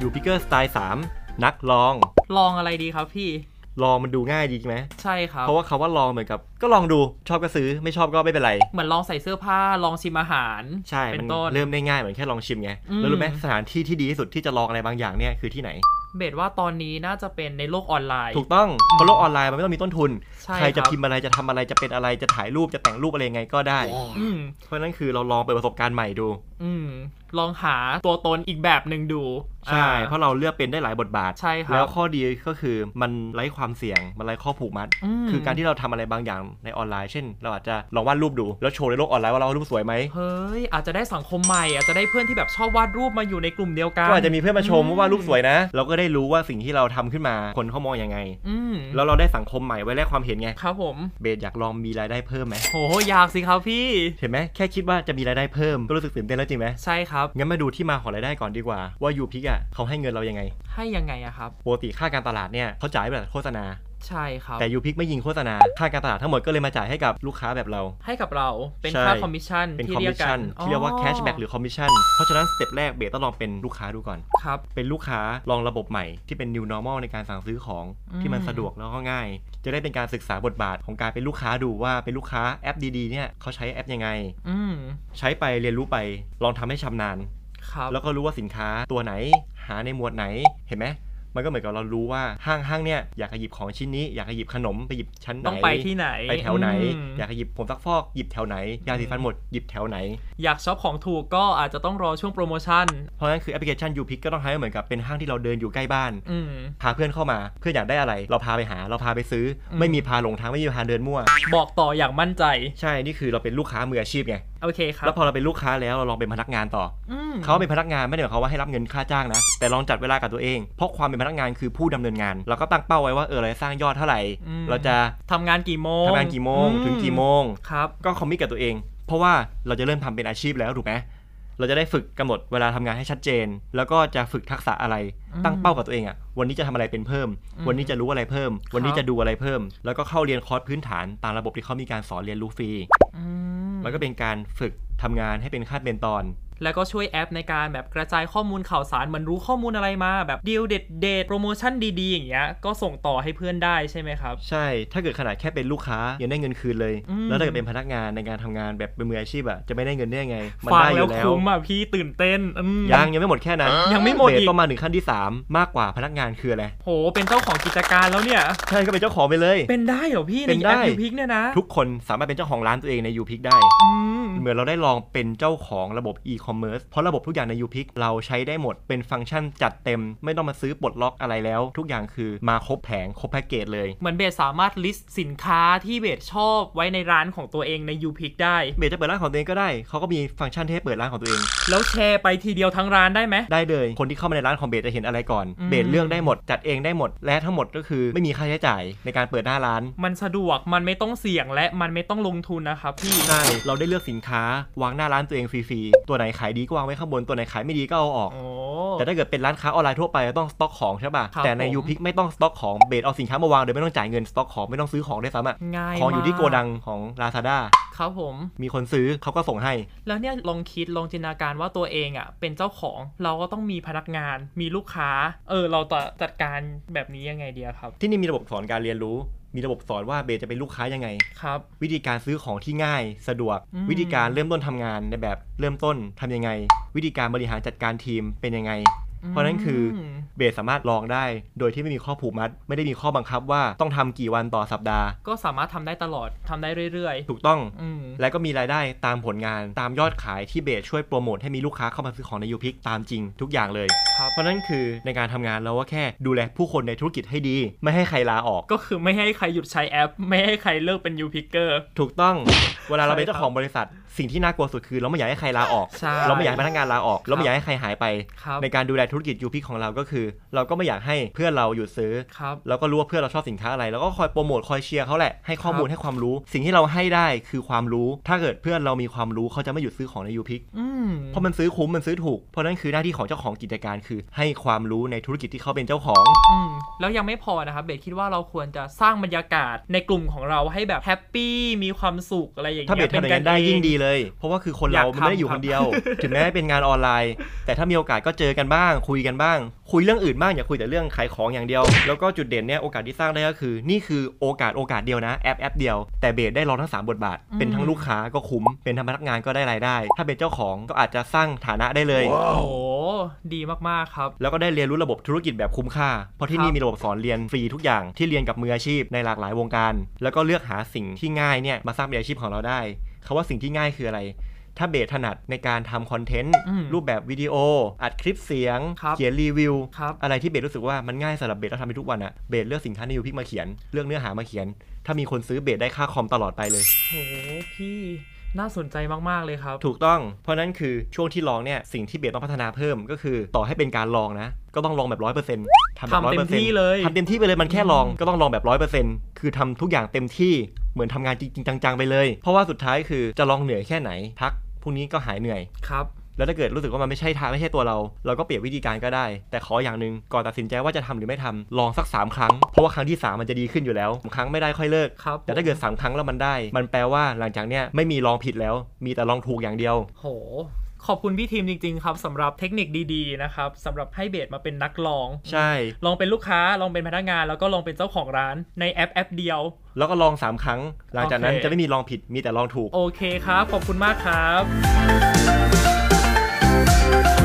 อยู่พิกเกอร์สไตล์3นักลองอะไรดีครับพี่ลองมันดูง่ายดีไหมใช่ครับเพราะว่าคำว่าลองเหมือนกับก็ลองดูชอบก็ซื้อไม่ชอบก็ไม่เป็นไรเหมือนลองใส่เสื้อผ้าลองชิมอาหารใช่มันเริ่มได้ง่ายเหมือนแค่ลองชิมไงแล้วรู้ไหมสถานที่ที่ดีที่สุดที่จะลองอะไรบางอย่างเนี่ยคือที่ไหนเบสว่าตอนนี้น่าจะเป็นในโลกออนไลน์ถูกต้องเพราะโลกออนไลน์มันไม่ต้องมีต้นทุนใครจะพิมพ์อะไรจะทำอะไรจะเป็นอะไรจะถ่ายรูปจะแต่งรูปอะไรไงก็ได้เพราะนั้นคือเราลองเปิดประสบการณ์ใหม่ดูลองหาตัวตนอีกแบบหนึ่งดูใช่เพราะเราเลือกเป็นได้หลายบทบาทใช่ครับแล้วข้อดีก็คือมันไร้ความเสี่ยงมันไร้ข้อผูกมัดคือการที่เราทำอะไรบางอย่างในออนไลน์เช่นเราอาจจะลองวาดรูปดูแล้วโชว์ในโลกออนไลน์ว่าเราวาดรูปสวยไหมเฮ้ยอาจจะได้สังคมใหม่อาจจะได้เพื่อนที่แบบชอบวาดรูปมาอยู่ในกลุ่มเดียวกันก็อาจจะมีเพื่อนมาชมว่ารูปสวยนะเราก็ได้รู้ว่าสิ่งที่เราทำขึ้นมาคนเขามองยังไงแล้วเราได้สังคมใหม่ไว้แลกความเห็นไงครับผมเบสอยากลองมีรายได้เพิ่มไหมโหอยากสิครับพี่เห็นไหมแค่คิดว่าจะมีรายได้เพิ่มก็รู้สึกตื่นเต้นแล้วจริงไหมใช่ครับงั้นมาดูที่มาของรายได้ก่อนดีกว่าว่ายูพิกเขาให้เงินเรายังไงให้ยังไงอะครับปกติค่าการตลาดเนี่ยเขาจ่ายแบบโฆษณาใช่ครับแต่ยูพิกไม่ยิงโฆษณาค่าการตลาดทั้งหมดก็เลยมาจ่ายให้กับลูกค้าแบบเราให้กับเราเป็นค่าคอมมิชชั่นที่เรียกกันที่เรียกว่าแคชแบ็กหรือคอมมิชชั่นเพราะฉะนั้นสเต็ปแรกเบสต้องลองเป็นลูกค้าดูก่อนครับเป็นลูกค้าลองระบบใหม่ที่เป็น new normal ในการสั่งซื้อของที่มันสะดวกแล้วก็ง่ายจะได้เป็นการศึกษาบทบาทของการเป็นลูกค้าดูว่าเป็นลูกค้าแอปดีๆเนี่ยเขาใช้แอปยังไงใช้ไปเรียนรู้ไปลองทำให้ชำนาญแล้วก็รู้ว่าสินค้าตัวไหนหาในหมวดไหนเห็นไหมมันก็เหมือนกับเรารู้ว่าห้างเนี่ยอยากหยิบของชิ้นนี้อยากหยิบขนมไปหยิบชั้นไหนต้องไปที่ไหนไปแถวไหนอยากหยิบผงซักฟอกหยิบแถวไหนยาสีฟันหมดหยิบแถวไหนอยากช็อปของถูกก็อาจจะต้องรอช่วงโปรโมชั่นเพราะงั้นคือแอปพลิเคชันยูพิกก็ต้องให้เหมือนกับเป็นห้างที่เราเดินอยู่ใกล้บ้านพาเพื่อนเข้ามาเพื่อนอยากได้อะไรเราพาไปหาเราพาไปซื้อไม่มีพาหลงทางไม่มีพาเดินมั่วบอกต่ออย่างมั่นใจใช่นี่คือเราเป็นลูกค้ามืออาชีพไงโอเคครับแล้วพอเราเป็นลูกค้าแล้วเราลองเป็นพนักงานต่อเขาเป็นพนักงานไม่ได้หมายความว่าให้รับเงินค่าจ้างนะแต่ลองจัดเวลากับตัวเองเพราะความเป็นพนักงานคือผู้ดำเนินงานเราก็ตั้งเป้าไว้ว่าเราสร้างยอดเท่าไหร่เราจะทำงานกี่โมงถึงกี่โมงครับก็คอมมิตกับตัวเองเพราะว่าเราจะเริ่มทำเป็นอาชีพแล้วถูกไหมเราจะได้ฝึกกำหนดเวลาทำงานให้ชัดเจนแล้วก็จะฝึกทักษะอะไรตั้งเป้ากับตัวเองวันนี้จะทำอะไรเป็นเพิ่มวันนี้จะรู้อะไรเพิ่มวันนี้จะดูอะไรเพิ่มแล้วก็เข้าเรียนคอร์สพื้นฐานตามระบบที่เขามีการสอนเรียนรู้ฟรีมันก็เป็นการฝึกทำงานให้เป็นขั้นเป็นตอนแล้วก็ช่วยแอปในการแบบกระจายข้อมูลข่าวสารเหมือนรู้ข้อมูลอะไรมาแบบดีลเด็ดโปรโมชั่นดีๆอย่างเงี้ยก็ส่งต่อให้เพื่อนได้ใช่ไหมครับใช่ถ้าเกิดขนาดแค่เป็นลูกค้ายังได้เงินคืนเลยแล้วถ้าเกิดเป็นพนักงานในการทำงานแบบเป็นมืออาชีพจะไม่ได้เงินได้ยังไงมันได้อยู่แล้วคุ้มพี่ตื่นเต้นยังไม่หมดแค่นั้นยังไม่หมดอีกประมาณถึงขั้นที่3มากกว่าพนักงานคืออะไรโหเป็นเจ้าของกิจการแล้วเนี่ยใช่ก็เป็นเจ้าของไปเลยเป็นได้เหรอพี่ในแอปยูพิกเนี่ยนะทุกคนสามารถเป็นเจ้าของร้านตัวเองในยูพิกได้เหมือนเราได้ลองเป็นเจ้าของระบบอีคอมเมิร์ซเพราะระบบทุกอย่างในยูพิกเราใช้ได้หมดเป็นฟังก์ชันจัดเต็มไม่ต้องมาซื้อปลดล็อกอะไรแล้วทุกอย่างคือมาครบแผงครบแพ็กเกจเลยเหมือนเบสสามารถลิสต์สินค้าที่เบสชอบไว้ในร้านของตัวเองในยูพิกได้เบสจะเปิดร้านของตัวเองก็ได้เขาก็มีฟังก์ชันที่ให้เปิดร้านของตัวเองแล้วแชร์ไปทีเดียวทั้งร้านได้ไหมได้เลยคนที่เข้ามาในร้านของเบสจะเห็นอะไรก่อนเบสเลือกได้หมดจัดเองได้หมดและทั้งหมดก็คือไม่มีค่าใช้จ่ายในการเปิดหน้าร้านมันสะดวกมันไม่ต้องเสี่ยงและมันไม่ต้องลงทุนนะครับพี่ใช่เราได้เลือกสินค้าวางหน้าร้านตัวเองฟรีๆตัวไหนขายดีก็วางไว้ข้างบนตัวไหนขายไม่ดีก็เอาออกแต่ถ้าเกิดเป็นร้านค้าออนไลน์ทั่วไปต้องสต็อกของใช่ป่ะแต่ในยูพิกไม่ต้องสต็อกของเบสเอาสินค้ามาวางโดยไม่ต้องจ่ายเงินสต็อกของไม่ต้องซื้อของได้ซ้ำของอยู่ที่โกดังของ Lazada ครับผมมีคนซื้อเขาก็ส่งให้แล้วเนี่ยลองจินตนาการว่าตัวเองเป็นเจ้าของเราก็ต้องมีพนักงานมีลูกค้าเราจัดการแบบนี้ยังไงดีครับที่นี่มีระบบสอนการเรียนรู้มีระบบสอนว่าเบสจะเป็นลูกค้ายังไงครับวิธีการซื้อของที่ง่ายสะดวกวิธีการเริ่มต้นทำงานในแบบเริ่มต้นทำยังไงวิธีการบริหารจัดการทีมเป็นยังไงเพราะนั้นคือเบสสามารถลองได้โดยที่ไม่มีข้อผูกมัดไม่ได้มีข้อบังคับว่าต้องทำกี่วันต่อสัปดาห์ก็สามารถทำได้ตลอดทำได้เรื่อยๆถูกต้องและก็มีรายได้ตามผลงานตามยอดขายที่เบสช่วยโปรโมทให้มีลูกค้าเข้ามาซื้อของในยูพิกตามจริงทุกอย่างเลยเพราะนั้นคือในการทำงานเราก็แค่ดูแลผู้คนในธุรกิจให้ดีไม่ให้ใครลาออกก็คือไม่ให้ใครหยุดใช้แอปไม่ให้ใครเลิกเป็นยูพิกเกอร์ถูกต้องเวลาเราเป็นเจ้าของบริษัทสิ่งที่น่ากลัวสุดคือเราไม่อยากให้ใครลาออกเราไม่อยากให้พนักงานลาออกเราไม่อยากให้ใครหายไปในการดูแลธุรกิจยูพิกของเราก็คือเราก็ไม่อยากให้เพื่อนเราหยุดซื้อแล้วก็รู้ว่าเพื่อนเราชอบสินค้าอะไรแล้วก็คอยโปรโมทคอยเชียร์เขาแหละให้ข้อมูลให้ความรู้สิ่งที่เราให้ได้คือความรู้ถ้าเกิดเพื่อนเรามีความรู้เขาจะไม่หยุดซื้อของในยูพิกเพราะมันซื้อคุ้มมันซื้อถูกเพราะนั่นคือหน้าที่ของเจ้าของกิจการคือให้ความรู้ในธุรกิจที่เขาเป็นเจ้าของแล้วยังไม่พอนะครับเบสคิดว่าเราควรจะสร้างบรรยากาศในกลุ่มของเราให้แบบแฮปปี้มีความสุขอะไรอย่างเงี้ยถ้าเบสทำอย่างนั้นได้ยิ่งดีเลยเพราะว่าคือคนเราไม่ได้อยู่คนเดียวถึงแม้เป็นงานออนไลน์แต่ถ้ามีโอกาสก็เจอกันบ้างคุยกันบ้างคุยเรื่องอื่นบ้างอย่าคุยแต่เรื่องขายของอย่างเดียวแล้วก็จุดเด่นเนี่ยโอกาสที่สร้างได้ก็คือนี่คือโอกาสเดียวนะแอปเดียวแต่เบสได้ลองทั้ง3บทบาทเป็นทั้งลูกค้าก็คุ้มเป็นทั้งพนักงานก็ได้รายได้ถ้าเป็นเจ้าของก็อาจจะสร้างฐานะได้เลยโอ้โหดีมากๆครับแล้วก็ได้เรียนรู้ระบบธุรกิจแบบคุ้มค่าเพราะที่นี่มีระบบสอนเรียนฟรีทุกอย่างที่เรียนกับมืออาชีพในหลากหลายวงการแล้วก็เลือกหาสิ่งที่ง่ายเนี่ยมาสร้างเป็นอาชีพของเราได้คำว่าสิ่งที่ง่ายคืออะไรถ้าเบสถนัดในการทำคอนเทนต์รูปแบบวิดีโออัดคลิปเสียงเขียนรีวิวอะไรที่เบสรู้สึกว่ามันง่ายสำหรับเบสแล้วทำไปทุกวันอะเบสเลือกสินค้าในยูพิกมาเขียนเลือกเนื้อหามาเขียนถ้ามีคนซื้อเบสได้ค่าคอมตลอดไปเลยโอ้พี่น่าสนใจมากๆเลยครับถูกต้องเพราะนั้นคือช่วงที่ลองเนี่ยสิ่งที่เบสต้องพัฒนาเพิ่มก็คือต่อให้เป็นการลองนะก็ต้องลองแบบ 100% ทำแบบ 100% เต็มที่เลยทำเต็มที่ไปเลยมันแค่ลองก็ต้องลองแบบ 100% คือทำทุกอย่างเต็มที่เหมือนทำงานจริงๆจังๆไปเลยเพราะว่าสุดท้ายคือจะลองเหนื่อยแค่ไหนพักพรุ่งนี้ก็หายเหนื่อยครับแล้วถ้าเกิดรู้สึกว่ามันไม่ใช่ตัวเราก็เปลี่ยนวิธีการก็ได้แต่ขออย่างนึงก่อนตัดสินใจว่าจะทำหรือไม่ทำลองสัก3ครั้งเพราะว่าครั้งที่3มันจะดีขึ้นอยู่แล้วครั้งไม่ได้ค่อยเลิกแต่ถ้าเกิด3ครั้งแล้วมันได้มันแปลว่าหลังจากเนี้ยไม่มีลองผิดแล้วมีแต่ลองถูกอย่างเดียวโหขอบคุณพี่ทีมจริงๆครับสำหรับเทคนิคดีๆนะครับสำหรับให้เบสมาเป็นนักลองใช่ลองเป็นลูกค้าลองเป็นพนักงานแล้วก็ลองเป็นเจ้าของร้านในแอปเดียวแล้วก็ลอง3ครั้งหลังจากนั้นจะไม่มีลองผิดมีแต่ลองถูกโอเคครับขอบคุณมากครับ